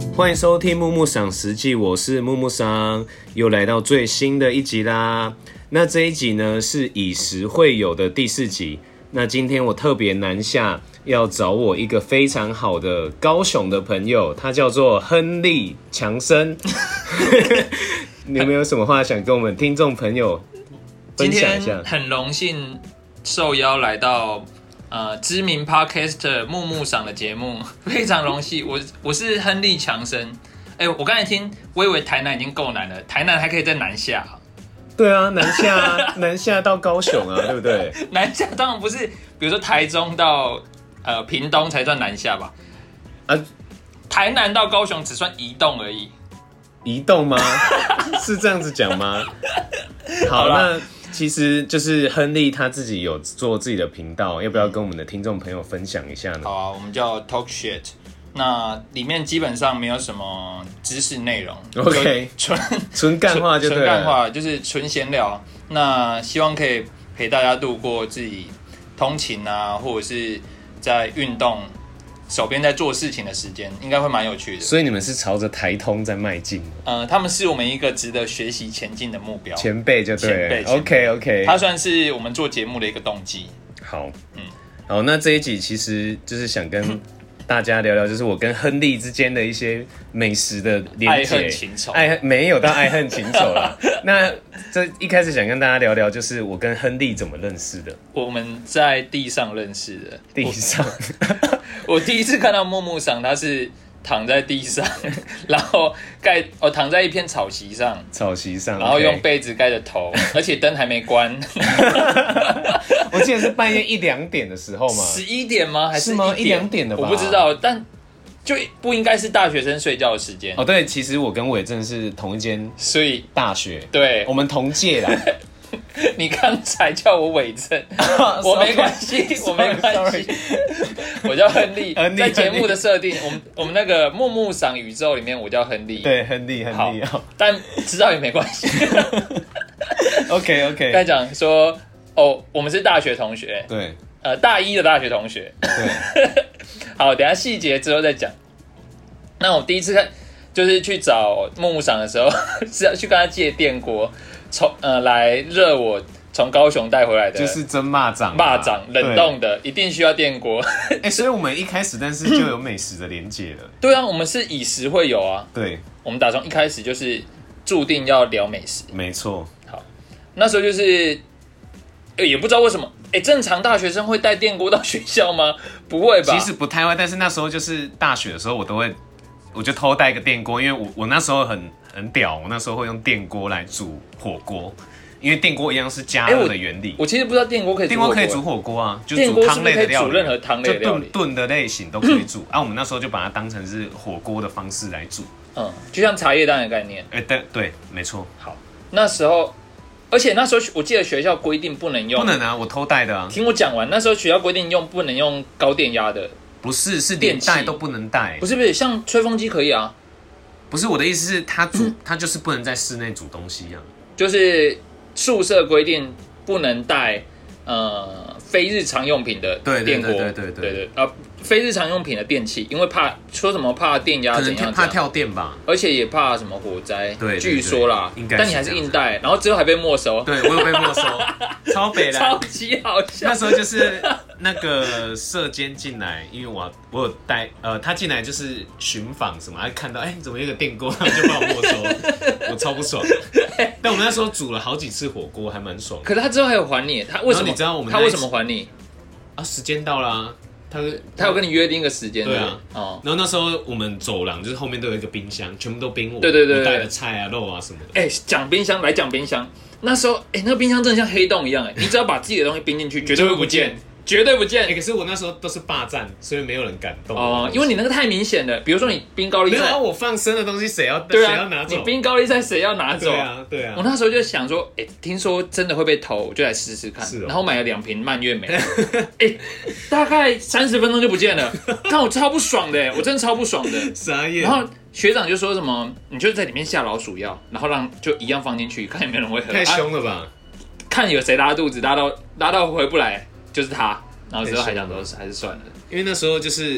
欢迎收听木木赏实记，我是木木赏，又来到最新的一集啦。那这一集呢是以食会友的第4集。那今天我特别南下，要找我一个非常好的高雄的朋友，他叫做亨利强生。你有没有什么话想跟我们听众朋友分享一下？ 今天很荣幸受邀来到知名 Podcaster 木木赏的节目，非常荣幸。我是亨利强生。我刚才听，我以为台南已经够难了，台南还可以再南下。 对啊，南下到高雄啊，对不对？ 南下当然不是，比如说台中到屏东才算南下吧？台南到高雄只算移动而已。 移动吗？是这样子讲吗？好，那其实就是亨利他自己有做自己的频道，要不要跟我们的听众朋友分享一下呢？ 好啊，我们叫 Talk Shit， 那里面基本上没有什么知识内容 ，OK， 纯干话就对了， 纯干话就是纯闲聊。那希望可以陪大家度过自己通勤啊，或者是在运动、手边在做事情的时间，应该会蛮有趣的。 所以你们是朝着台通在迈进他们是我们一个值得学习前进的目标， 前辈就对了。OK， 他算是我们做节目的一个动机。 好，好，那这一集其实就是想跟大家聊聊，就是我跟亨利之间的一些美食的连结， 爱恨情仇， 没有到爱恨情仇啦。那这一开始想跟大家聊聊，就是我跟亨利怎么认识的。 我们在地上认识的。 地上， 我第一次看到木木赏，他是躺在地上，然后躺在一片草席上，然后用被子盖着头，而且灯还没关。 我记得是半夜1、2点的时候嘛 ，11点吗？还是吗？1、2点的吧？ 我不知道，但就不应该是大学生睡觉的时间。 哦，对，其实我跟伟正是同一间， 所以大学， 对， 我们同届啦。 你刚才叫我伟正，我没关系，我没关系，我叫亨利。在节目的设定，我们那个木木赏宇宙里面，我叫亨利。 对，亨利，好， 但知道也没关系。 OK。 刚才讲说，我们是大学同学， 对， 大一的大学同学， 对。 好，等一下细节之后再讲。那我第一次看，就是去找木木赏的时候，是要去跟他借电锅。来热我从高雄带回来的， 就是蒸蚂蚱， 冷冻的，一定需要电锅。 所以我们一开始但是就有美食的连结了。 对啊，我们是以食会友啊。 对， 我们打算一开始就是注定要聊美食。 没错。 好，那时候就是也不知道为什么，正常大学生会带电锅到学校吗？不会吧？ 其实不太会，但是那时候就是大学的时候，我就偷带一个电锅，因为我那时候很屌，我那时候会用电锅来煮火锅，因为电锅一样是加热的原理。 我其实不知道电锅可以煮火锅。 电锅可以煮火锅啊，就煮汤类的料理， 电锅是不是可以煮任何汤类的料理， 就炖的类型都可以煮。我们那时候就把它当成是火锅的方式来煮。 就像茶叶蛋的概念。 对，没错。 好，那时候，而且那时候我记得学校规定不能用， 不能啊，我偷带的啊。 听我讲完，那时候学校规定不能用高电压的， 不是连带都不能带。 不是，像吹风机可以啊。 不是，我的意思是它就是不能在室内煮东西啊。 就是宿舍规定不能带非日常用品的电锅，对，非日常用品的电器，因为怕电压怎样， 怕跳电吧， 而且也怕什么火灾， 对， 据说啦，但你还是硬带，然后之后还被没收， 对我有被没收，超北的， 超级好笑。 那时候就是那个舍监进来，因为我有带，他进来就是巡访什么，他看到怎么有一个电锅，他就把我没收，我超不爽。但我们那时候煮了好几次火锅，还蛮爽。 可是他之后还有还你，他为什么？ 你知道我们他为什么还你？ 时间到了啊。 他有跟你约定一个时间， 对啊，然后那时候我们走廊就是后面都有一个冰箱，全部都冰我， 对， 我带的菜啊、肉啊什么的。 讲冰箱，那时候那个冰箱真的像黑洞一样，你只要把自己的东西冰进去，绝对会不见。绝对不见。 可是我那时候都是霸占，所以没有人敢动。 因为你那个太明显了。比如说你冰高丽菜， 没有我放生的东西谁要拿走？ 你冰高丽菜谁要拿走？ 对啊。 我那时候就想说，听说真的会被偷，我就来试试看。然后买了2瓶蔓越莓，大概30分钟就不见了。看我超不爽的，我真的超不爽的。 傻眼。 然后学长就说什么，你就在里面下老鼠药，然后就一样放进去，看有没有人会喝。 太凶了吧？ 看有谁拉肚子，拉到回不来。就是他，然后之后还想说还是算了， 因为那时候就是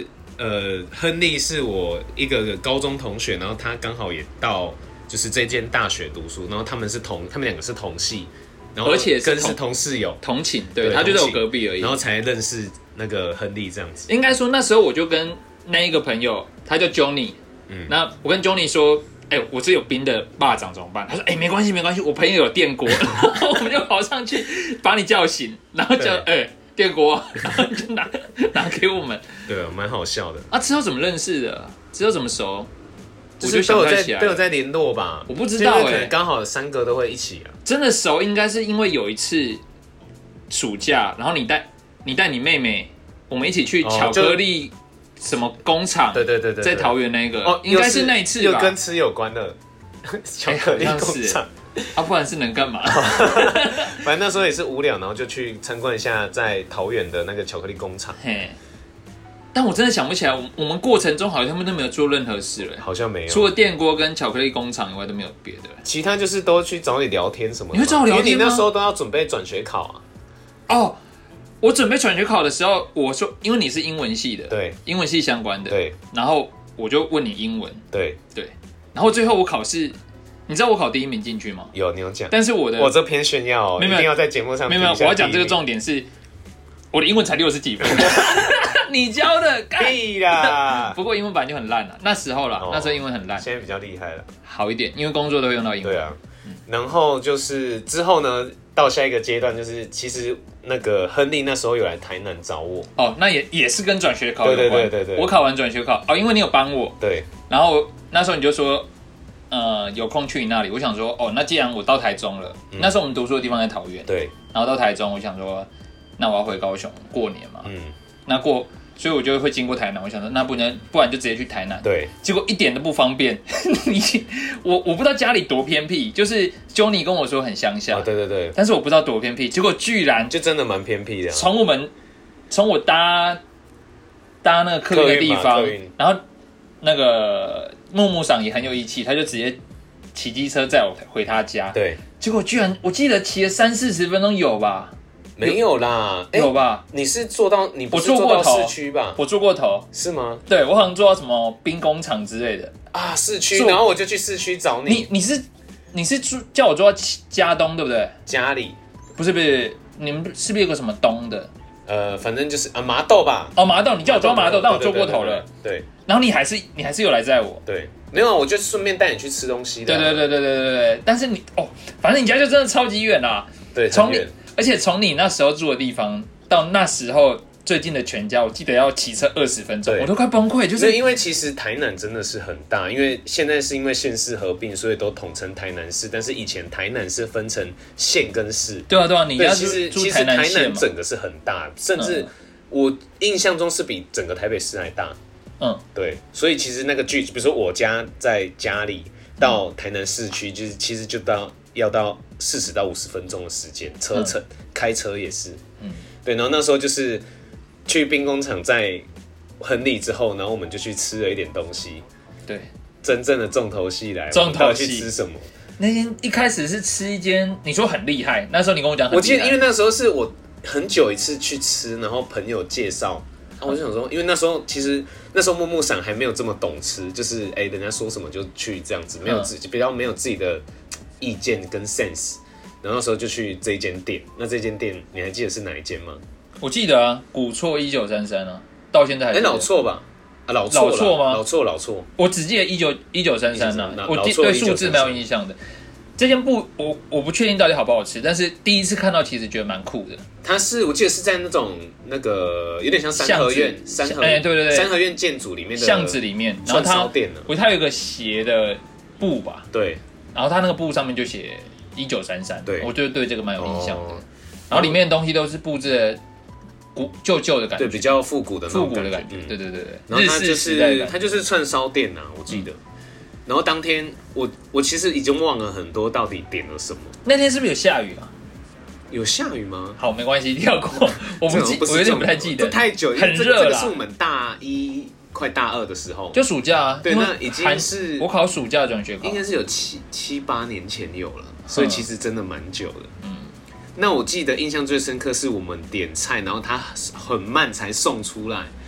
亨利是我一个高中同学，然后他刚好也到就是这间大学读书，然后他们两个是同系，然后而且是同室友， 同寝，对，他就在我隔壁而已， 然后才认识那个亨利这样子。 应该说那时候我就跟那一个朋友，他叫 Johnny，那我跟 Johnny 说，我这有冰的蚂蚱怎么办？他说，没关系没关系，我朋友有电锅，然后我们就跑上去把你叫醒，然后叫电锅，然后就拿给我们。 对啊，蛮好笑的。 啊，之后怎么认识的？之后怎么熟？ 就是都有在联络吧。 我不知道可能刚好3个都会一起啊。 真的熟应该是因为有一次暑假，然后你带你妹妹，我们一起去巧克力什么工厂？ 对， 在桃园那个，应该是那一次吧。 又跟吃有关的巧克力工厂。 不然是能干嘛？ 反正那时候也是无聊，然后就去参观一下在桃园的那个巧克力工厂。 但我真的想不起来，我们过程中好像他们都没有做任何事了， 好像没有， 除了电锅跟巧克力工厂以外都没有别的。 其他就是都去找你聊天什么的。 你会找我聊天吗？ 因为你那时候都要准备转学考啊。我准备转学考的时候，我说因为你是英文系的， 对， 英文系相关的， 对， 然后我就问你英文， 对， 然后最后我考试。你知道我考第1名进去吗？ 有，你有讲。 但是我这偏炫耀一定要在节目上。 没有，我要讲这个重点是，我的英文才60几分。你教的？ 屁啦！ 不过英文本来就很烂了，那时候啦，那时候英文很烂。 现在比较厉害了， 好一点，因为工作都会用到英文。 对啊，然后就是之后呢，到下一个阶段就是，其实那个亨利那时候有来台南找我。 那也是跟转学考有关。 对。 我考完转学考因为你有帮我。 对。 然后那时候你就说。有空去你那里，我想说，那既然我到台中了，那时候我们读书的地方在桃园， 对， 然后到台中，我想说，那我要回高雄过年嘛，所以我就会经过台南，我想说，那不然就直接去台南， 对， 结果一点都不方便，我不知道家里多偏僻，就是 Johnny 跟我说很乡下， 对， 但是我不知道多偏僻，结果居然就真的蛮偏僻的， 从我搭那个客运的地方，然后那个。木木赏也很有义气，他就直接骑机车载我回他家。 对， 结果居然我记得骑了30-40分钟有吧？ 没有啦， 有吧？ 你是坐到你不是坐到市区吧？ 我坐过头， 是吗？ 对，我好像坐到什么兵工厂之类的啊，市区，然后我就去市区找你。 你是叫我坐到嘉东对不对？ 家里不是，你们是不是有个什么东的？ 反正就是麻豆吧。 麻豆，你叫我抓麻豆，但我坐过头了。 对。然后你还是有来载我。 对。没有，我就顺便带你去吃东西的。 对。但是反正你家就真的超级远啦。 对， 而且从你那时候住的地方到那时候最近的全家，我记得要骑车20分钟，我都快崩溃。就是因为其实台南真的是很大，因为现在是因为县市合并，所以都统称台南市。但是以前台南是分成县跟市。 对啊，你家其实台南整个是很大，甚至我印象中是比整个台北市还大。对，所以其实那个距，比如说我家在家里到台南市区，就是其实就要到40到50分钟的时间，车程开车也是。对，然后那时候就是去兵工厂在亨利之后，然后我们就去吃了一点东西。 对， 真正的重头戏来了， 重头戏去吃什么？ 那天一开始是吃一间，你说很厉害，那时候你跟我讲很厉害， 我记得因为那时候是我很久一次去吃，然后朋友介绍。我就想说，因为那时候木木赏还没有这么懂吃，就是人家说什么就去这样子，比较没有自己的意见跟 sense。然后那时候就去这一间店，那这间店你还记得是哪一间吗？ 我记得啊，古厝1933啊，到现在还老错吧？老错吗？ 老错。 我只记得1933啊，我对数字没有印象的。这间我不确定到底好不好吃，但是第一次看到其实觉得蛮酷的。 我记得是在那个有点像三合院， 对， 三合院建筑里面的巷子里面，然后它有一个斜的布吧， 对， 然后它那个布上面就写1933， 对， 我就对这个蛮有印象的。然后里面的东西都是布置的旧的感觉， 对，比较复古的感觉，对。 然后它就是串烧店啊，我记得。然后当天我其实已经忘了很多到底点了什么。 那天是不是有下雨啊？ 有下雨吗？ 好，没关系，跳过。我有点不太记得， 太久， 很热了。 这个是我们大1快大2的时候， 就暑假啊。 对，那已经是我考暑假转学考， 应该是有7-8年前有了，所以其实真的蛮久的。那我记得印象最深刻是我们点菜，然后它很慢才送出来，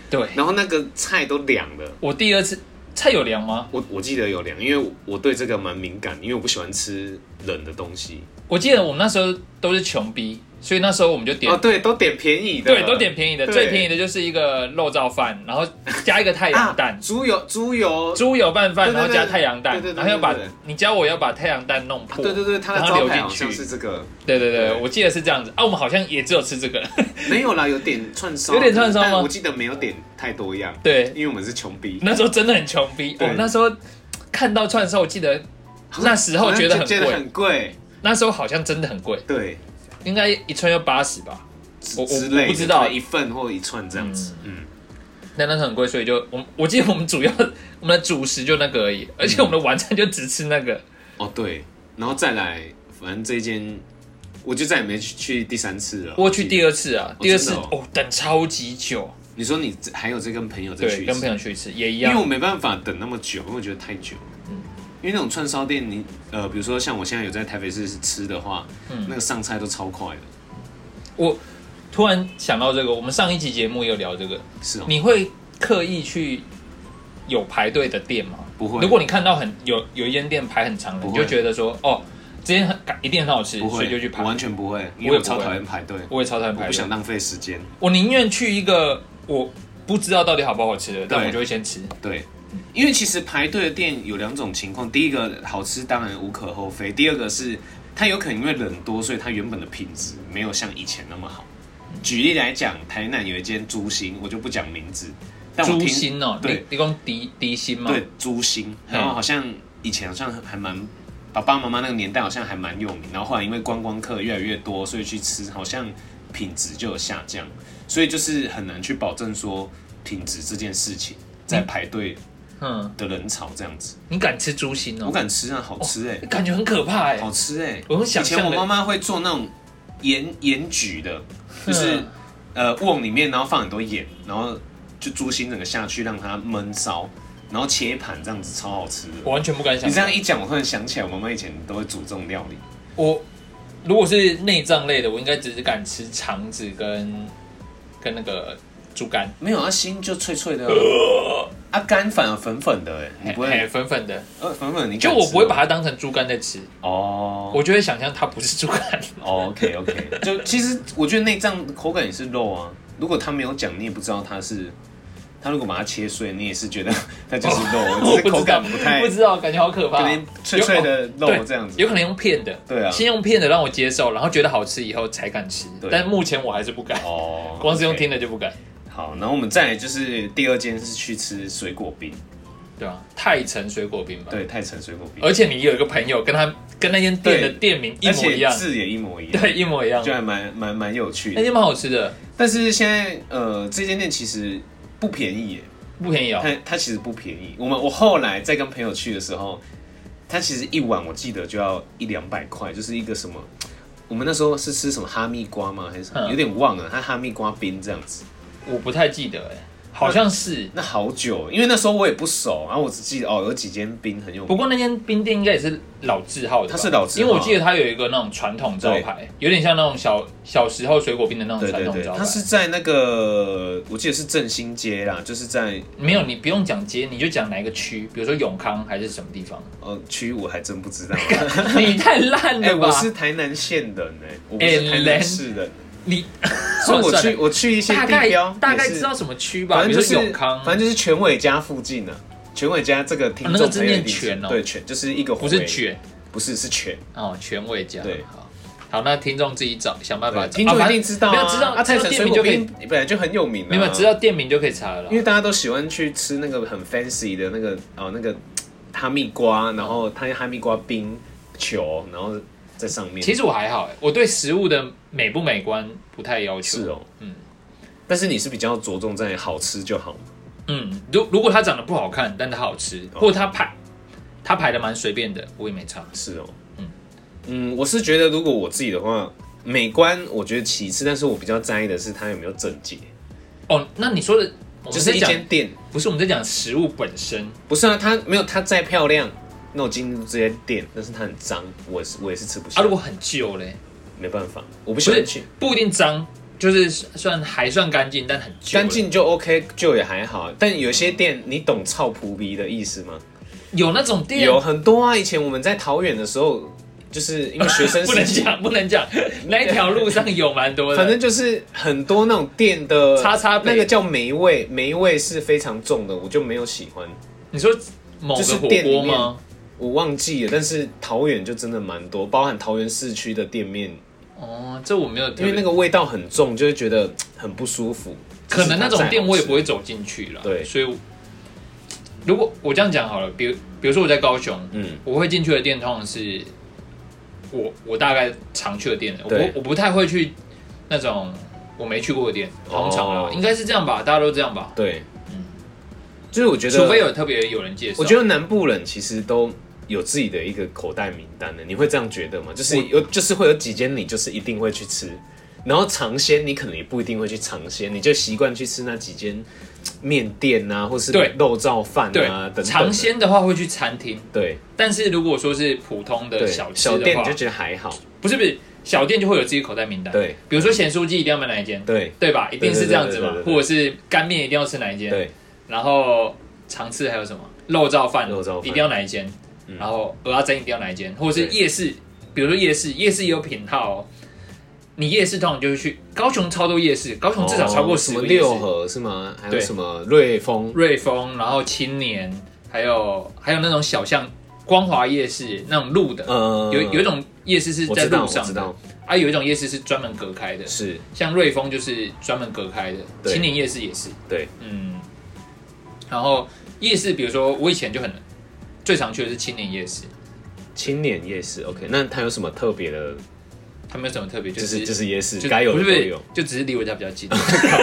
对， 然后那个菜都凉了。 我第二次菜有凉吗？ 我记得有凉，因为我对这个蛮敏感，因为我不喜欢吃冷的东西。 我记得我们那时候都是穷逼，所以那时候我们就点对，都点便宜的， 对，都点便宜的，最便宜的就是一个肉燥饭，然后加一个太阳蛋， 猪油拌饭，然后加太阳蛋， 对， 然后要把你教我要把太阳蛋弄破， 对，它的招牌好像是这个， 对，我记得是这样子啊，我们好像也只有吃这个， 没有啦，有点串烧， 有点串烧吗？ 我记得没有点太多样， 对， 因为我们是穷逼， 那时候真的很穷逼，我那时候看到串烧，我记得那时候觉得很贵，那时候好像真的很贵， 对， 应该一串要80吧，我不知道一份或一串这样子， 但那时候很贵，所以就我记得我们的主食就那个而已，而且我们的晚餐就只吃那个。 对，然后再来，反正这一间我就再也没去第3次了。 我去第2次啊，第2次等超级久。 你说你还有再跟朋友再去一次？ 对，跟朋友去一次也一样。 因为我没办法等那么久，因为我觉得太久。因为那种串烧店，比如说像我现在有在台北市吃的话，那个上菜都超快的。我突然想到这个，我们上一集节目也有聊这个， 是你会刻意去有排队的店吗？ 不会。 如果你看到有一间店排很长的，你就觉得说这间一定很好吃，所以就去排。 我完全不会，因为我超讨厌排队。 我也超讨厌排队， 我不想浪费时间。 我宁愿去一个我不知道到底好不好吃的，但我就会先吃。 对，因为其实排队的店有2种情况，第一个好吃当然无可厚非，第二个是它有可能因为人多，所以它原本的品质没有像以前那么好。举例来讲，台南有一间猪心，我就不讲名字。 猪心对， 你讲低心吗？ 对，猪心。然后好像以前好像还蛮爸爸妈妈那个年代好像还蛮有名，然后后来因为观光客越来越多，所以去吃好像品质就有下降，所以就是很难去保证说品质这件事情在排队的人潮这样子。 你敢吃猪心哦？ 我敢吃啊，好吃感觉很可怕好吃我想以前我妈妈会做那种盐焗的，就是瓮里面然后放很多盐，然后就猪心整个下去让它焖烧，然后切盘这样子超好吃的。 我完全不敢想。 你这样一讲，我突然想起来，我妈妈以前都会煮这种料理。 我如果是内脏类的，我应该只是敢吃肠子跟那个猪肝。 没有心就脆脆的肝反而粉粉的你不会粉粉的粉粉你就我不会把它当成猪肝在吃我就会想象它不是猪肝。 OK， 就其实我觉得内脏口感也是肉啊，如果他没有讲，你也不知道它是。他如果把它切碎，你也是觉得它就是肉，只是口感不太， 不知道，感觉好可怕， 可能脆脆的肉这样子， 有可能用片的， 对啊， 先用片的让我接受，然后觉得好吃以后才敢吃，但目前我还是不敢，光是用听的就不敢。 好，然后我们再来就是第2间是去吃水果冰， 对啊，泰城水果冰吧， 对，泰城水果冰， 而且你有一个朋友跟那间店的店名一模一样， 字也一模一样， 对，一模一样， 就还蛮有趣的， 那间蛮好吃的， 但是现在这间店其实。不便宜耶， 不便宜它其实不便宜。我后来在跟朋友去的时候，它其实一碗我记得就要100-200块，就是一个什么，我们那时候是吃什么哈密瓜吗？还是什么？有点忘了，它哈密瓜冰这样子， 我不太记得好像是那好久，因为那时候我也不熟，然后我只记得有几间冰很有名。 不过那间冰店应该也是老字号的， 它是老字号， 因为我记得它有一个那种传统招牌，有点像那种小时候水果冰的那种传统招牌。 它是在那个我记得是振兴街啦，就是在没有你不用讲街，你就讲哪一个区，比如说永康还是什么地方。 区我还真不知道。 你太烂了吧！ 我是台南县人我不是台南市人。所以我去一些地标， 大概知道什么区吧，比如说永康， 反正就是全伟家附近全伟家这个听众那个字念全对，全就是一个不是卷， 不是是全全伟家。 对， 好，那听众自己想办法找， 听众一定知道没有知道泰城水果冰本来就很有名没有知道店名就可以查了， 因为大家都喜欢去吃那个很 fancy 的那个哈密瓜，然后它哈密瓜冰球，然后。在上面， 其实我还好我对食物的美不美观不太要求。 是但是你是比较着重在好吃就好。 如果它长得不好看，但它好吃，或者它排的蛮随便的，我也没差。 是我是觉得如果我自己的话，美观我觉得其次，但是我比较在意的是它有没有整洁。 那你说的就是一间店， 不是我们在讲食物本身， 不是啊，它没有它再漂亮。那我进入这些店，但是它很脏，我也是吃不下。 如果很旧嘞， 没办法，我不喜欢去。 不一定脏， 就是还算干净，但很旧。 干净就 OK， 旧也还好。但有些店，你懂臭扑鼻的意思吗？ 有那种店， 有很多啊。以前我们在桃园的时候，就是因为学生时期不能讲，那一条路上有蛮多的。 反正就是很多那种店的叉那个叫霉味，霉味是非常重的，我就没有喜欢。 你说某个火锅吗？ 我忘记了，但是桃园就真的蛮多，包含桃园市区的店面。 哦，这我没有， 因为那个味道很重，就会觉得很不舒服。 可能那种店我也不会走进去了。 对， 所以如果我这样讲好了，比如说我在高雄，我会进去的店通常是我大概常去的店，我不太会去那种我没去过的店，通常应该是这样吧，大家都这样吧。 对，就是我觉得， 除非有特别有人介绍， 我觉得南部人其实都有自己的一个口袋名单的，你会这样觉得吗？就是会有几间你就是一定会去吃，然后尝鲜你可能也不一定会去尝鲜，你就习惯去吃那几间面店啊，或是肉燥饭啊等等。 尝鲜的话会去餐厅， 对。 但是如果说是普通的小吃的话， 小店你就觉得还好， 不是小店就会有自己口袋名单， 对。 比如说咸酥鸡一定要买哪一间，对吧？一定是这样子嘛，或者是干面一定要吃哪一间，对。然后常吃还有什么肉燥饭一定要哪一间，然后蚵仔煎一定要哪一间，或者是夜市，比如说夜市也有品号哦。你夜市通常就会去高雄超多夜市，高雄至少超过10个夜市。 六合是吗？还有什么瑞丰， 然后青年，还有那种小巷光华夜市那种路的，有一种夜市是在路上的，有一种夜市是专门隔开的， 是像瑞丰就是专门隔开的，青年夜市也是， 对， 然后夜市，比如说我以前就最常去的是青年夜市， OK， 那它有什么特别的？ 它没有什么特别， 就是夜市该有的都有， 就只是离我家比较近。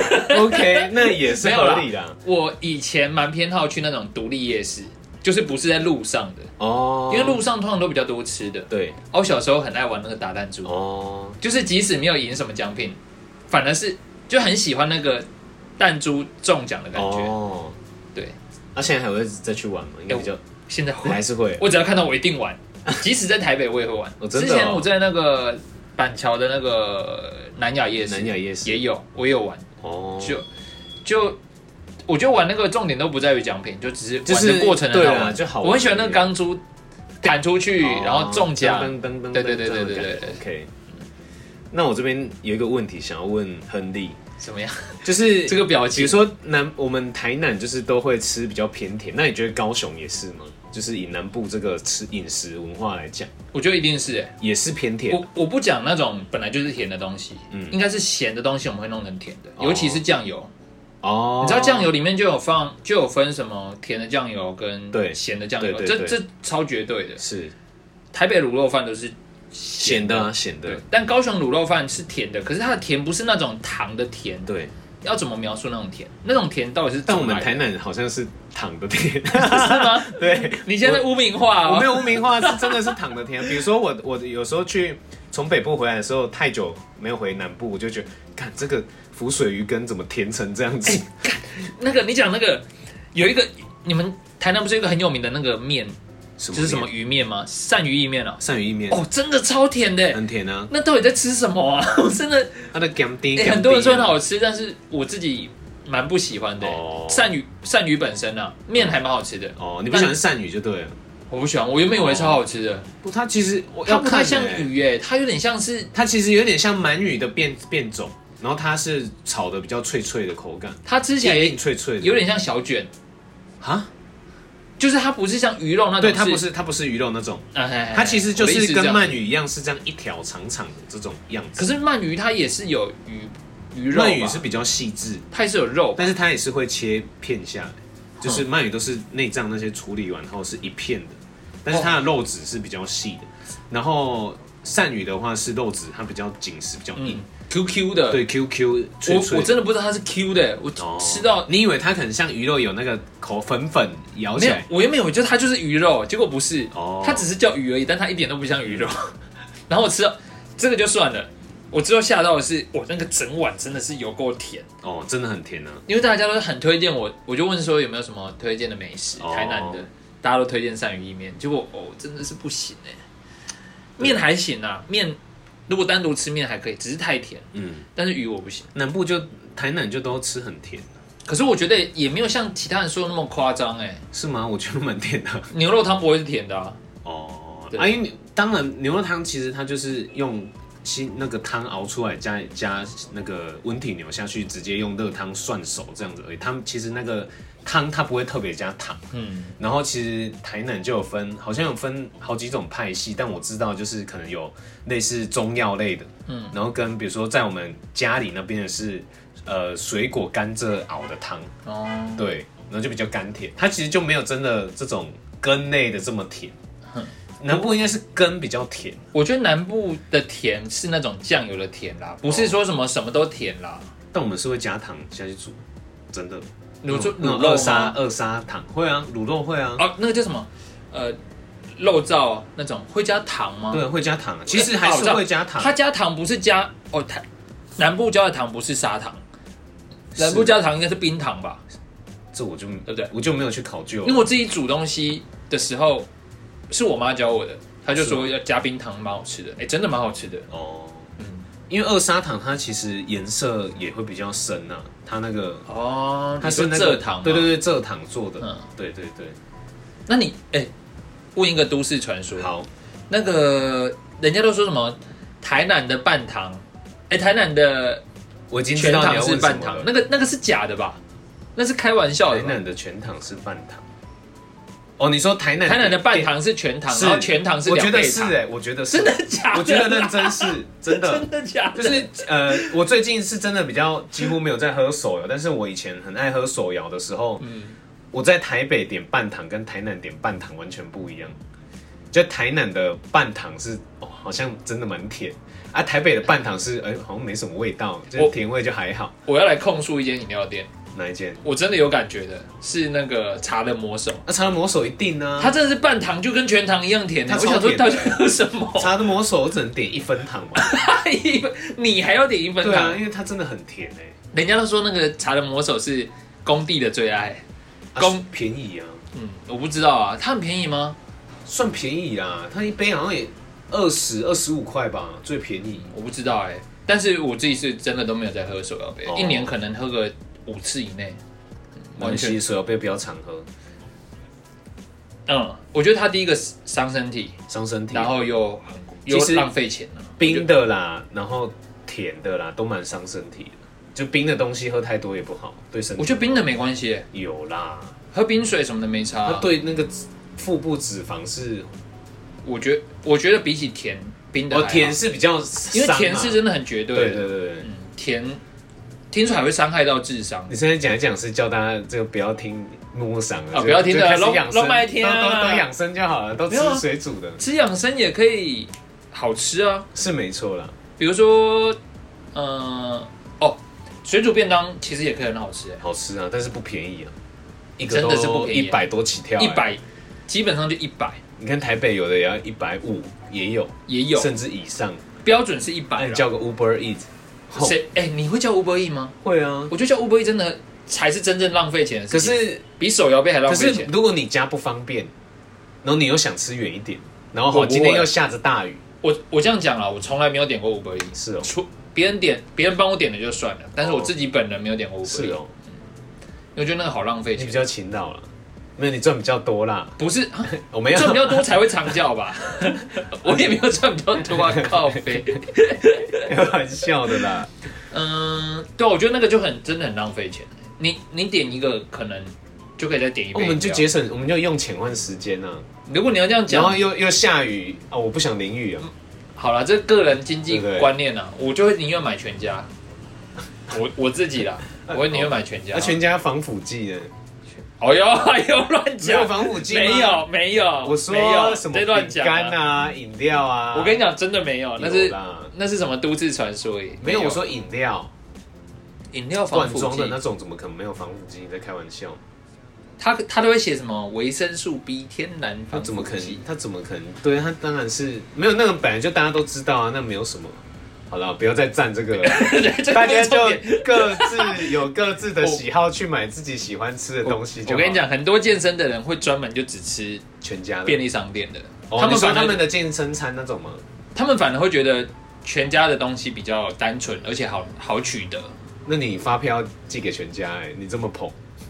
OK， 那也是合理的。 我以前蛮偏好去那种独立夜市，就是不是在路上的哦，因为路上通常都比较多吃的。对，我小时候很爱玩那个打弹珠哦，就是即使没有赢什么奖品，反而是就很喜欢那个弹珠中奖的感觉。哦，对。 那现在还会再去玩吗？应该比较现在还是会， 我只要看到我一定玩，即使在台北我也会玩。之前我在那个板桥的那个南雅夜市也有，我也有玩哦。就我觉得玩那个重点都不在于奖品，就只是玩的过程很好玩，就好玩。我很喜欢那个钢珠弹出去，然后中奖，对。 OK， 那我这边有一个问题想要问亨利， 怎么样？ 就是这个表情， 比如说我们台南就是都会吃比较偏甜，那你觉得高雄也是吗？就是以南部这个吃饮食文化来讲， 我觉得一定是也是偏甜。 我不讲那种本来就是甜的东西，应该是咸的东西我们会弄成甜的，尤其是酱油。哦，你知道酱油里面就有分什么甜的酱油跟咸的酱油，这超绝对的。是，台北卤肉饭都是咸的， 但高雄卤肉饭是甜的，可是它的甜不是那种糖的甜。对。要怎么描述那种甜？那种甜到底是？ 但我们台南好像是糖的甜， 是吗？对，你现在污名化我没有污名化，是真的是糖的甜。比如说我有时候从北部回来的时候，太久没有回南部，我就觉得，看这个浮水鱼羹怎么甜成这样子？ 那个你讲那个有一个，你们台南不是有一个很有名的那个面？就是什么鱼面吗？鳝鱼意面啊！ 鳝鱼意面哦，真的超甜的， 很甜啊！ 那到底在吃什么啊？我真的， 它的甘丁， 很多人说很好吃，但是我自己蛮不喜欢的。鳝鱼本身啊，面还蛮好吃的。哦， 你不喜欢鳝鱼就对了。 我不喜欢，我原本以为超好吃的。 不，它其实它不太像鱼诶，它有点像是， 它其实有点像鳗鱼的变种，然后它是炒的比较脆脆的口感， 它吃起来也脆脆的， 有点像小卷啊。就是它不是像鱼肉那种， 对，它不是鱼肉那种，它其实就是跟鳗鱼一样，是这样一条长长的这种样子。 可是鳗鱼它也是有鱼肉， 鳗鱼是比较细致， 它也是有肉， 但是它也是会切片下来，就是鳗鱼都是内脏那些处理完后是一片的，但是它的肉质是比较细的，然后鳝鱼的话是肉质它比较紧实，比较硬。 QQ 的， 对 QQ 脆脆， 我真的不知道它是 Q 的，我吃到你以为它可能像鱼肉有那个口粉咬起来， 我原本以为它就是鱼肉，结果不是，它只是叫鱼而已，但它一点都不像鱼肉。然后我吃到这个就算了，我之后吓到的是，我那个整碗真的是有够甜哦，真的很甜啊！ 因为大家都很推荐我就问说有没有什么推荐的美食，台南的，大家都推荐鳝鱼意面，结果真的是不行哎，面还行啊，面如果单独吃面还可以，只是太甜。但是鱼我不行。 南部就台南就都吃很甜， 可是我觉得也没有像其他人说的那么夸张是吗？我觉得蛮甜的。 牛肉汤不会是甜的啊。 因为当然牛肉汤其实它就是用那个汤熬出来，加那个温体牛下去，直接用热汤涮熟这样子而已。他们其实那个汤它不会特别加糖。然后其实台南就好像有分好几种派系，但我知道就是可能有类似中药类的，然后跟比如说在我们家里那边的是水果甘蔗熬的汤，对，然后就比较甘甜，它其实就没有真的这种根类的这么甜。南部应该是根比较甜， 我觉得南部的甜是那种酱油的甜啦，不是说什么都甜啦。 但我们是会加糖下去煮，真的。 卤肉二砂糖会啊，卤肉会啊。 那个叫什么？肉燥那种会加糖吗？ 对，会加糖。其实还是会加糖。 它加糖不是加南部加的糖不是砂糖，南部加的糖应该是冰糖吧？ 这我就对不对？ 我就没有去考究， 因为我自己煮东西的时候。是我妈教我的，她就说要加冰糖，蛮好吃的，真的蛮好吃的。 因为二砂糖它其实颜色也会比较深啊，它那个它是那个蔗糖， 对，蔗糖做的，对。 那你问一个都市传说， 好， 那个人家都说什么台南的半糖，台南的我已经知道你要问什么了， 全糖是半糖，那个是假的吧？那是开玩笑的。 台南的全糖是半糖。你说台南的半糖是全糖，然后全糖是2倍糖。 我觉得是我觉得是真的假的？ 我觉得认真是真的， 真的假的？ 就是我最近是真的比较几乎没有在喝手摇，但是我以前很爱喝手摇的时候，我在台北点半糖跟台南点半糖完全不一样。就台南的半糖是好像真的蛮甜啊，台北的半糖是好像没什么味道，就甜味就还好。 我要来控诉一间饮料店。 哪一间？ 我真的有感觉的是那个茶的魔手。 茶的魔手一定啊， 它真的是半糖就跟全糖一样甜。我想说到底喝什么？ 茶的魔手我只能点1分糖嘛。 你还要点1分糖？对啊，因为它真的很甜人家都说那个茶的魔手是工地的最爱， 便宜啊。 我不知道啊，它很便宜吗？ 算便宜啦，它一杯好像也20-25块吧，最便宜。 我不知道但是我自己是真的都没有在喝手摇杯，一年可能喝个5次以内。 完全手摇杯比较常喝。 我觉得它第一个伤身体，然后又浪费钱了。 冰的啦，然后甜的啦，都蛮伤身体的。就冰的东西喝太多也不好，对身体。 我觉得冰的没关系。 有啦， 喝冰水什么的没差。 它对那个腹部脂肪是， 我觉得比起甜冰的甜是比较， 因为甜是真的很绝对的。 对， 甜听说还会伤害到智商。 你现在讲一讲是叫大家这个不要听木赏不要听的， 都养生就好了，都吃水煮的。 吃养生也可以好吃啊， 是没错啦。 比如说，水煮便当其实也可以很好吃好吃啊，但是不便宜啊， 真的是不便宜 ，100多起跳 ，100基本上就100。 你看台北有的也要150，也有，甚至以上。 标准是100。 你叫个 Uber Eats， 你会叫 Uber Eats 吗？ 会啊， 我觉得叫 Uber Eats 真的才是真正浪费钱的事情。 可是比手摇杯还浪费钱。 可是如果你家不方便，然后你又想吃远一点，然后今天又下着大雨， 我这样讲啦，我从来没有点过 Uber Eats。 是哦。 别人帮我点的就算了，但是我自己本人没有点过 Uber Eats。是哦。因为我觉得那个好浪费钱。 你比较勤劳了。没有，你赚比较多啦。 不是， 我没有赚比较多才会长叫吧？我也没有赚比较多啊，靠北。 开玩笑的啦。 对，我觉得那个就真的很浪费钱。你点一个可能就可以再点一杯。 我们就节省，我们就用钱换时间啊。 如果你要这样讲， 然后又下雨我不想淋雨啊。 好了，这个人经济观念啊，我就会宁愿买全家。我自己啦，我会宁愿买全家。 全家防腐剂的。 哎呦乱讲！ 没有防腐剂吗？没有。我说什么饼干啊、饮料啊？ 我跟你讲，真的没有，那是什么都市传说？ 没有，我说饮料防腐剂， 罐装的那种，怎么可能没有防腐剂？你在开玩笑？ 他都会写什么维生素 B 天然防腐剂？ 他怎么可能？对，他当然是没有那个，本来就大家都知道啊，那没有什么。好了，不要再站这个了。大家就各自有各自的喜好，去买自己喜欢吃的东西。 我跟你讲，很多健身的人会专门就只吃全家的便利商店的。 他们的健身餐那种吗？ 他们反而会觉得全家的东西比较单纯，而且好取得。 那你发票寄给全家你这么捧，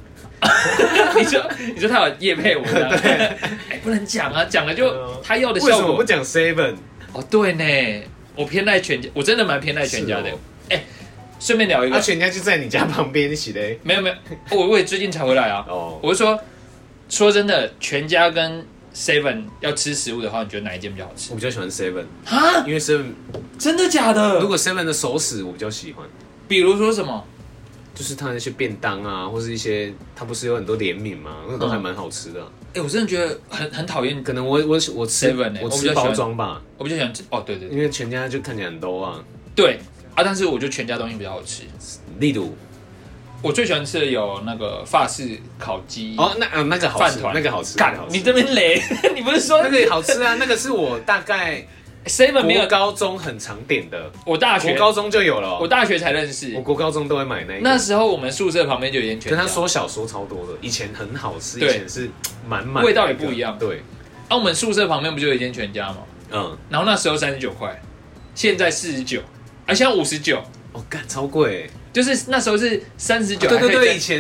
你说他有业配我的，不能讲啊，讲了就他要的效果。 为什么不讲 Seven？ 哦，对呢，我偏爱全家，我真的蛮偏爱全家的。顺便聊一个， 全家就在你家旁边，一起嘞？ 没有，我也最近才回来啊。我是说真的，全家跟 Seven 要吃食物的话，你觉得哪一间比较好吃？ 我比较喜欢 Seven 啊， 因为 Seven 真的假的？ 如果 Seven 的熟食我比较喜欢， 比如说什么？ 就是它那些便当啊，或是一些它不是有很多联名嘛，那都还蛮好吃的。 我真的觉得很讨厌。 可能我吃 Seven， 我吃包装吧， 我比较喜欢吃对， 因为全家就看起来很 low 啊。 对啊，但是我觉得全家东西比较好吃。 例如， 我最喜欢吃的有那个法式烤鸡那个好吃，那个好吃。 你这边雷，你不是说那个好吃啊？那个是我大概 Seven 没有， 国高中很常点的。 我大学国高中就有了， 我大学才认识。 我国高中都会买那个。 那时候我们宿舍旁边就有一间全家， 跟它缩小缩超多的。以前很好吃，以前是满满， 味道也不一样。 对， 我们宿舍旁边不就有一间全家吗？然后那时候39块，现在49，现在59。 干超贵。 就是那时候是39， 对，以前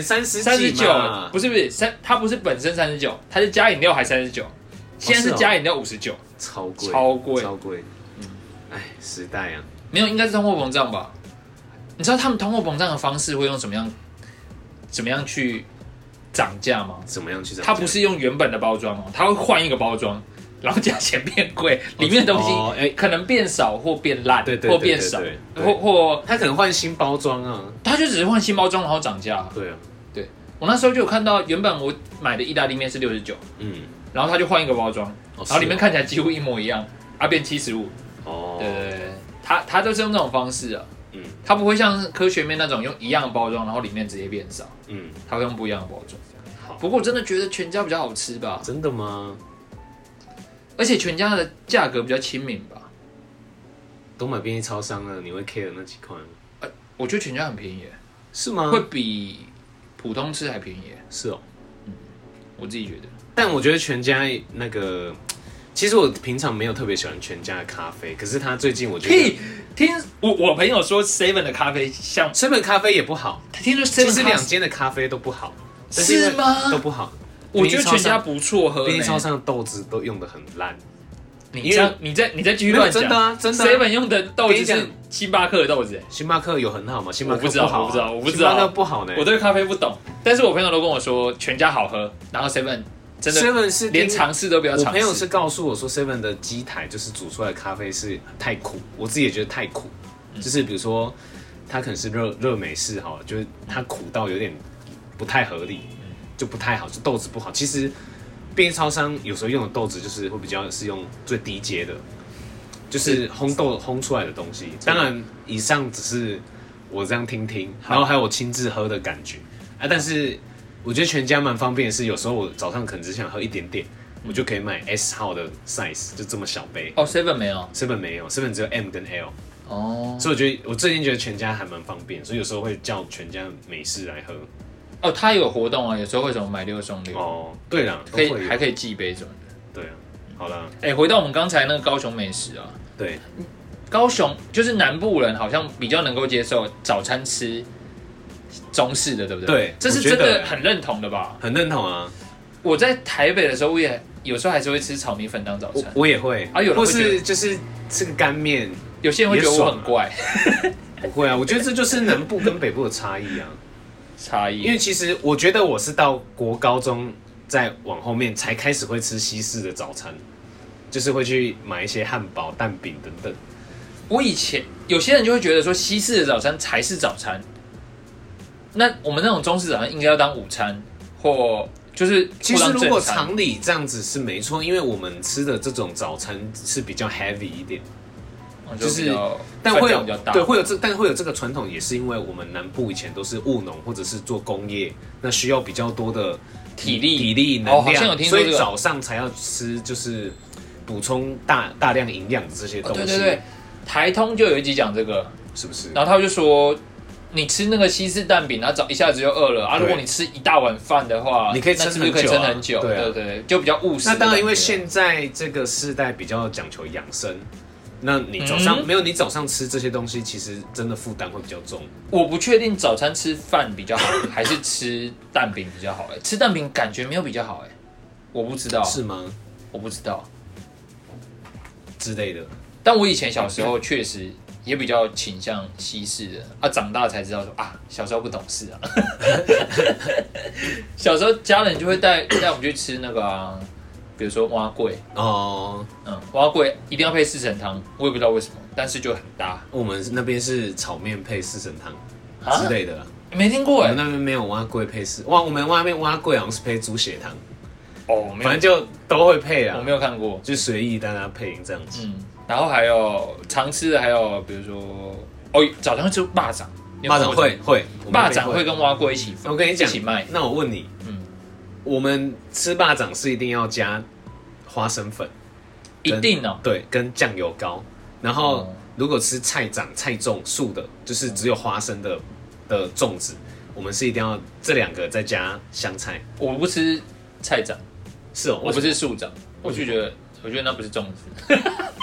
39， 不是它不是本身39，它是加饮料还39，现在是加饮料59， 超贵。时代啊， 没有，应该是通货膨胀吧？你知道他们通货膨胀的方式会用怎么样去涨价吗？ 怎么样去涨价？ 它不是用原本的包装它会换一个包装。然后价钱变贵，里面的东西可能变少或变烂，或变少，或他可能换新包装啊， 他就只是换新包装然后涨价。 对啊， 对我那时候就有看到，原本我买的意大利面是69，然后他就换一个包装，然后里面看起来几乎一模一样，变75。对，他都是用这种方式啊，他不会像科学面那种用一样的包装，然后里面直接变少，他会用不一样的包装。不过我真的觉得全家比较好吃吧？ 真的吗？ 而且全家的价格比较亲民吧？ 都买便利超商了，你会 care 那几块吗？ 我觉得全家很便宜， 是吗？ 会比普通吃还便宜。 是哦， 我自己觉得。 但我觉得全家那个，其实我平常没有特别喜欢全家的咖啡，可是他最近我觉得， 听我朋友说 Seven 的咖啡像 Seven 咖啡也不好， 听说 Seven 其实2间的咖啡都不好， 是吗？ 都不好。 我觉得全家不错喝， 便利超商的豆子都用的很烂。 你再继续乱讲， 真的啊，真的。 Seven 用的豆子是星巴克的豆子， 星巴克有很好吗？星巴克不好，我不知道， 星巴克不好呢。 我对咖啡不懂，但是我朋友都跟我说全家好喝，然后 Seven 真的 Seven 是连尝试都不要尝试。 我朋友是告诉我说 Seven 的机台就是煮出来的咖啡是太苦，我自己也觉得太苦，就是比如说它可能是热美式好了，就是它苦到有点不太合理，就不太好，就豆子不好。其实便利超商有时候用的豆子就是会比较是用最低阶的，就是烘出来的东西。当然，以上只是我这样听，然后还有我亲自喝的感觉但是我觉得全家蛮方便的是，有时候我早上可能只想喝一点点，我就可以买 S 号的 size， 就这么小杯。 Seven 没有 ，Seven 没有 ，Seven 只有 M 跟 L。所以我最近觉得全家还蛮方便，所以有时候会叫全家美式来喝。 它有活动啊，有时候会什么买6送6。 对啦， 还可以寄杯什么的。 对啊，好啦。 回到我们刚才那个高雄美食啊。 对， 高雄就是南部人好像比较能够接受早餐吃中式的，对不对？ 对， 这是真的很认同的吧？ 很认同啊！ 我在台北的时候，我也有时候还是会吃炒米粉当早餐。 我也会或是就是吃个干面， 有些人会觉得我很怪。 不会啊，我觉得这就是南部跟北部的差异啊。因为其实我觉得我是到国高中再往后面才开始会吃西式的早餐，就是会去买一些汉堡、蛋饼等等。 我以前有些人就会觉得说西式的早餐才是早餐，那我们那种中式早餐应该要当午餐，或就是其实如果常理这样子是没错，因为我们吃的这种早餐是比较 heavy 一点。就是但会有这个传统，也是因为我们南部以前都是务农或者是做工业，那需要比较多的体力能量，所以早上才要吃，就是补充大量营养的这些东西。 对，台通就有一集讲这个， 是不是？ 然后他就说，你吃那个西式蛋饼，然后一下子就饿了啊。如果你吃一大碗饭的话， 你可以撑很久。对，就比较务实。 那当然，因为现在这个世代比较讲求养生。 那你早上、没有，你早上吃这些东西，其实真的负担会比较重。 我不确定早餐吃饭比较好，还是吃蛋饼比较好。吃蛋饼感觉没有比较好，我不知道。 是吗？ 我不知道之类的。 但我以前小时候确实也比较倾向西式的啊，长大才知道说啊，小时候不懂事啊。小时候家人就会带我们去吃那个啊，比如说蛙粿哦， 蛙粿一定要配四神汤，我也不知道为什么，但是就很搭。 我们那边是炒面配四神汤之类的啦， 没听过我们那边没有蛙粿配我们那边蛙粿好像是配猪血汤。 哦， 反正就都会配啊， 我没有看过， 就随意大家配这样子。 然后还有常吃的，还有比如说早上会吃霸掌， 霸掌会， 霸掌会跟蛙粿一起， 我跟你讲一起卖。 那我问你，我们吃霸掌是一定要加花生粉， 一定哦， 对，跟酱油膏。然后如果吃菜掌、菜粽素的，就是只有花生的粽子，我们是一定要这两个再加香菜。 我不吃菜掌。 是哦， 我不是树长，我觉得那不是粽子。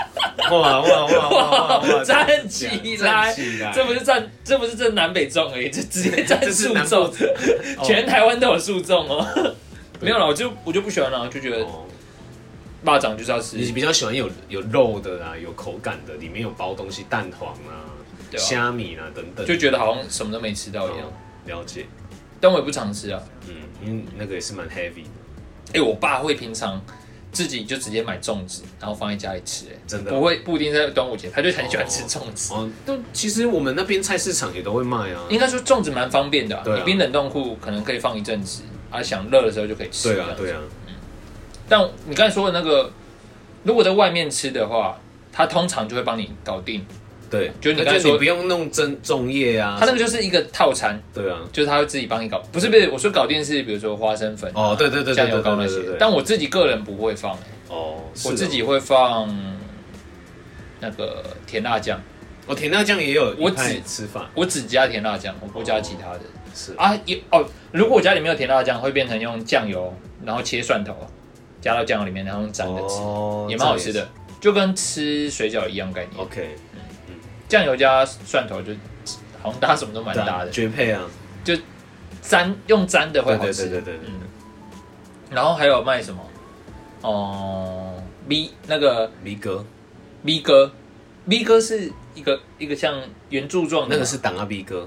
哇！ 站起来！这不是站南北粽而已，这直接站树粽，全台湾都有树粽哦。没有啦，我就不喜欢啦，就觉得霸掌就是要吃。 你比较喜欢有肉的啦，有口感的，里面有包东西，蛋黄啊、虾米啊等等， 就觉得好像什么都没吃到一样。 了解， 但我也不常吃啊。 因为那个也是蛮 heavy 的。 我爸会平常自己就直接买粽子，然后放在家里吃， 真的不一定在端午节，他就很喜欢吃粽子。 其实我们那边菜市场也都会卖啊。 应该说粽子蛮方便的啊， 对啊， 你冰冷冻库可能可以放一阵子，想热的时候就可以吃。 对啊。 但你刚才说的那个，如果在外面吃的话，他通常就会帮你搞定。 对， 就你刚才说你不用弄粽叶啊， 他那个就是一个套餐。对啊， 就是他会自己帮你搞，不是，我说搞定是比如说花生粉对， 酱油膏那些，但我自己个人不会放我自己会放那个甜辣酱。 甜辣酱也有，我只吃法， 我只加甜辣酱，我不加其他的。 是啊，如果我家里没有甜辣酱，会变成用酱油，然后切蒜头，加到酱油里面，然后用蘸着吃，也蛮好吃的，就跟吃水饺一样概念。 OK。 酱油加蒜头就好像搭什么都蛮搭的， 绝配啊！ 就用沾的会好吃。 对。 然后还有卖什么？那个米哥是一个像圆柱状的， 那个是党阿米哥。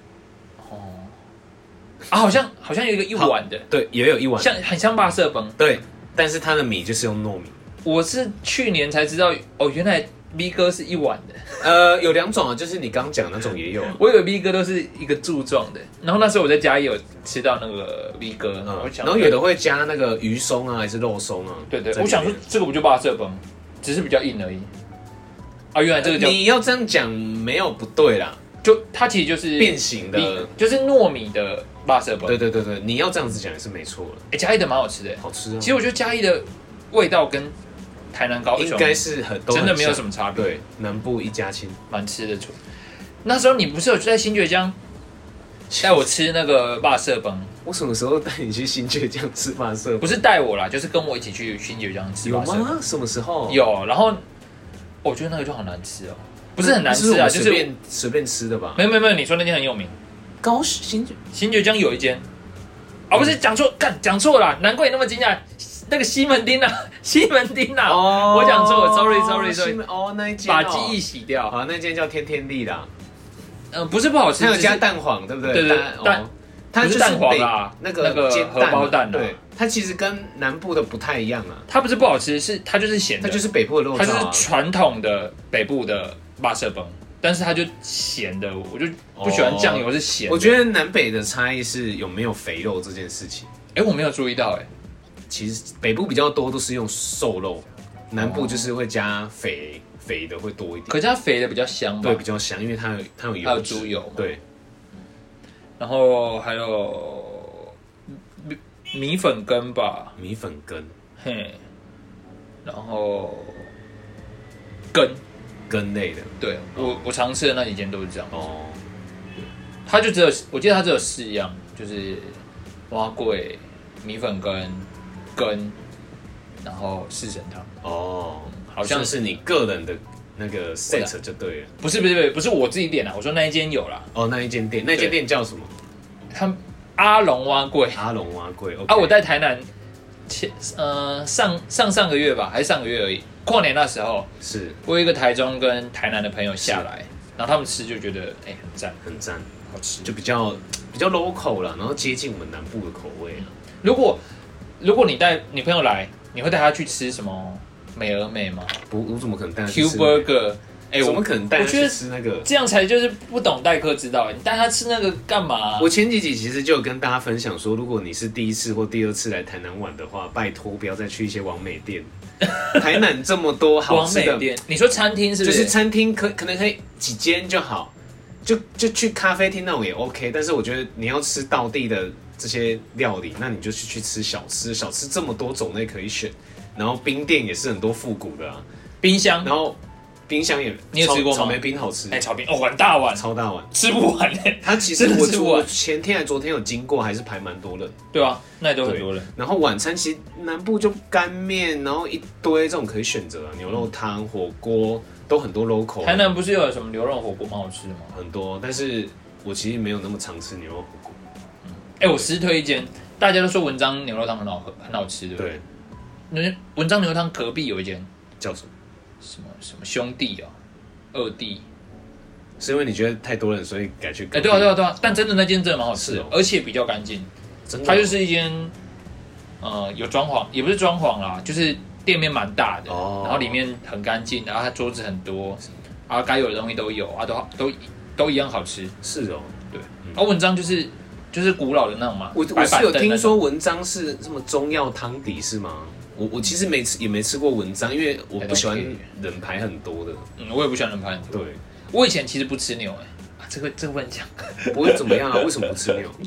好像有一碗的， 对，也有一碗， 很像霸色崩。 对，但是它的米就是用糯米。 我是去年才知道，原来米哥是一碗的。 有两种啊，就是你刚讲那种也有。 我以为 V 哥都是一个柱状的，然后那时候我在家也有吃到那个 V 哥， 然后有的会加那个鱼松啊，还是肉松啊。 对，我想说这个不就霸色崩，只是比较硬而已。原来这个叫你要这样讲没有不对啦， 就它其实就是变形的， 就是糯米的霸色崩。 对，你要这样子讲也是没错了。 嘉义的蛮好吃的， 好吃啊。 其实我觉得嘉义的味道跟台南高雄应该是真的没有什么差别， 对，南部一家亲， 蛮吃得出。那时候你不是有在新崛江带我吃那个霸色崩？ 我什么时候带你去新崛江吃霸色崩？ 不是带我啦，就是跟我一起去新崛江吃霸色崩。 有吗？什么时候？ 有，然后我觉得那个就好难吃哦，不是很难吃啊，就是随便吃的吧？ 没有，你说那间很有名，新崛江有一间，不是讲错了，难怪你那么惊讶。那个西门町啊，我讲错了 ，sorry， 那一间把记忆洗掉。 那间叫天天利啦。 不是不好吃， 它有加蛋黄，对不对？ 对，它就是蛋黄啦， 那个荷包蛋。 对，它其实跟南部的不太一样啊。 它不是不好吃，是它就是咸的， 它就是北部的肉燥， 它就是传统的北部的霸色崩，但是它就咸的，我就不喜欢酱油是咸的。 我觉得南北的差异是有没有肥肉这件事情。 我没有注意到其实北部比较多都是用瘦肉，南部就是会加肥的会多一点。 可是它肥的比较香吧？ 对，比较香，因为它有油脂， 还有猪油。 对， 然后还有米粉羹吧？ 米粉羹， 嘿，然后羹类的。对，我常吃的那几间都是这样。它就我记得它只有4样，就是蛙粿、米粉羹，然后四神汤。 好像是你个人的那个 set 就对了。 不是我自己点啦，我说那一间有啦。 哦，那一间店叫什么？ 他阿龙蛙柜。 阿龙蛙柜。 啊，我在台南上个月吧，还是上个月而已。过年那时候， 是我有一个台中跟台南的朋友下来，然后他们吃就觉得很赞， 很赞， 好吃， 就比较 local 啦，然后接近我们南部的口味啦。 如果你带你朋友来，你会带他去吃什么美而美吗？ 我怎么可能带他去 Q 吃 Burger？ 怎么可能带他去吃那个？ 这样才就是不懂待客之道。你带他吃那个干嘛？ 我前几集其实就有跟大家分享说，如果你是第一次或第二次来台南玩的话，拜托不要再去一些网美店。台南这么多好吃的店，你说餐厅是不是？ 就是餐厅可能可以几间就好，就去咖啡厅那种也 OK。但是我觉得你要吃道地的这些料理，那你就去吃小吃，小吃这么多种类可以选，然后冰店也是很多复古的啊， 冰箱， 然后冰箱也你有吃过吗？ 草莓冰好吃， 草冰很大碗， 超大碗， 吃不完它其实我前天还昨天有经过，还是排蛮多人。 对啊，那也都很多人。 然后晚餐其实南部就干面，然后一堆这种可以选择啊，牛肉汤、火锅都很多 local。 台南不是有什么牛肉火锅蛮好吃的吗？ 很多，但是我其实没有那么常吃牛肉火锅。 我实推一间，大家都说文章牛肉汤很好吃的。 对， 文章牛肉汤隔壁有一间叫什么？ 什么兄弟二弟， 是因为你觉得太多人，所以改去隔壁？ 对啊，但真的那间真的蛮好吃的，而且比较干净。 真的， 它就是一间有装潢，也不是装潢啦，就是店面蛮大的，然后里面很干净，然后它桌子很多，然后该有的东西都有啊，都一样好吃。 是哦， 对。而文章就是古老的那种嘛。 我是有听说文章是什么中药汤底是吗？我其实也没吃过文章，因为我不喜欢人排很多的。 我也不喜欢人排很多。 对， 我以前其实不吃牛这个不能讲。 不会怎么样啊？为什么不吃牛？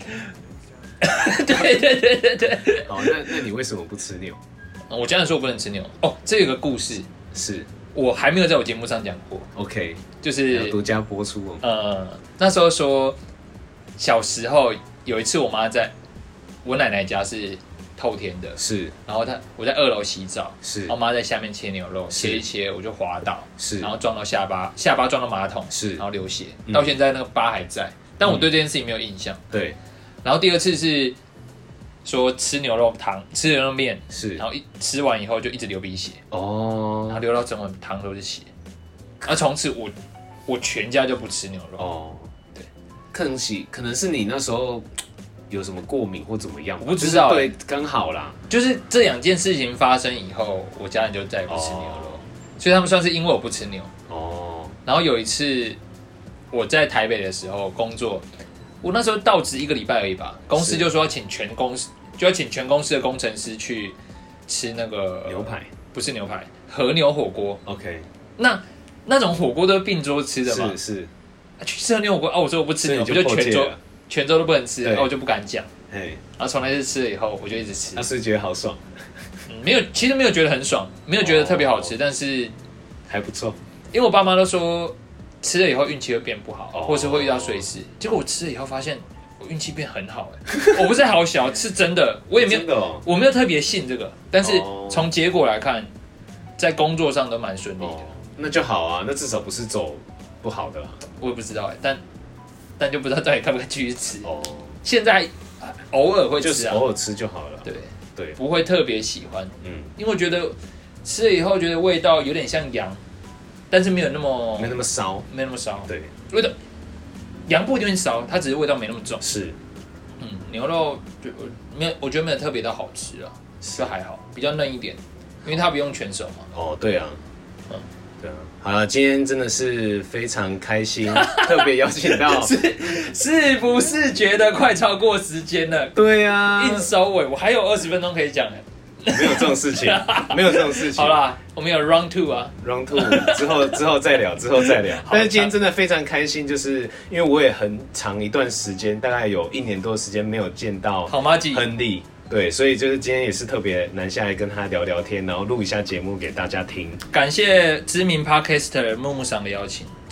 对。 好，那你为什么不吃牛？ 我家人说我不能吃牛。这有个故事， 是我还没有在我节目上讲过。 OK， 就是独家播出哦。那时候说小时候有一次，我妈在我奶奶家是透天的， 是， 然后我在2楼洗澡， 是， 然后我妈在下面切牛肉，切一切我就滑倒， 是， 然后撞到下巴撞到马桶， 是， 然后流血，到现在那个疤还在，但我对这件事情没有印象。 对，然后第二次是说吃牛肉汤，吃牛肉面， 是， 然后吃完以后就一直流鼻血，然后流到整碗汤都是血，从此我全家就不吃牛肉。对， 可能是你那时候有什么过敏或怎么样？ 我不知道， 对，刚好啦。 就是这2件事情发生以后，我家人就再也不吃牛肉，所以他们算是因为我不吃牛。然后有一次我在台北的时候工作，我那时候到职1个礼拜而已吧，公司就说要请全公司的工程师去吃那个牛排， 不是牛排，和牛火锅。 OK， 那种火锅都是并桌吃的嘛？ 是。 去吃和牛火锅我说我不吃牛，我就全州都不能吃，我就不敢讲。然后从那次吃了以后，我就一直吃。 是觉得好爽？ 其实没有觉得很爽，没有觉得特别好吃，但是还不错。 因为我爸妈都说吃了以后运气会变不好，或是会遇到衰事。结果我吃了以后发现我运气变很好我不是好小，是真的。我也没有，我没有特别信这个，但是从结果来看，在工作上都蛮顺利的。 那就好啊，那至少不是走不好的。 我也不知道但就不知道到底可不可以继续吃。现在偶尔会吃就是偶尔吃就好了。对， 不会特别喜欢。因为我觉得吃了以后觉得味道有点像羊，但是没那么骚， 没那么骚。 对， 味道羊不一定骚，它只是味道没那么重。 是， 牛肉就我觉得没有特别的好吃啊，就还好，比较嫩一点，因为它不用全熟嘛。 对啊。对啊，好了，今天真的是非常开心，特别邀请到， 是不是觉得快超过时间了？ 对啊， 硬收尾，我还有20分钟可以讲没有这种事情，没有这种事情。 好啦，我们有 round 2啊 ，round 2之后再聊，但是今天真的非常开心，就是因为我也很长一段时间，大概有1年多的时间没有见到好麻吉亨利。对，所以就是今天也是特别南下来跟他聊聊天，然后录一下节目给大家听。 感谢知名 podcaster 木木桑的邀请，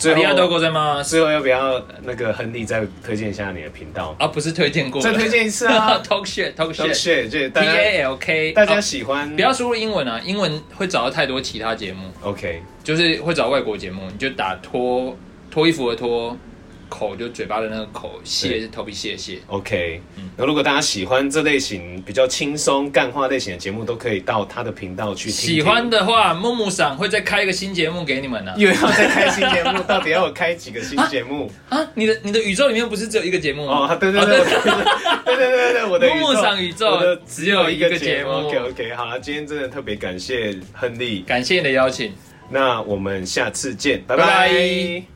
最后ありがとうございます。 最后要不要那个亨利再推荐一下你的频道？ 啊，不是推荐过了， 再推荐一次啊 ！Talk shit，Talk Talk shit， shit，就 T A L K， 大家喜欢， 不要输入英文啊，英文会找到太多其他节目。 OK， 就是会找外国节目，你就打脱衣服的脱，口就嘴巴的那个口，蟹是头皮蟹的蟹。 OK，那如果大家喜欢这类型比较轻松干话类型的节目，都可以到他的频道去听。 喜欢的话，木木赏会再开一个新节目给你们呢。 又要再开新节目，到底要我开几个新节目啊？你的宇宙里面不是只有一个节目吗？ 哦，对，我的木木赏宇宙只有一个节目。 OK， 好了，今天真的特别感谢亨利， 感谢你的邀请， 那我们下次见，拜拜拜。 拜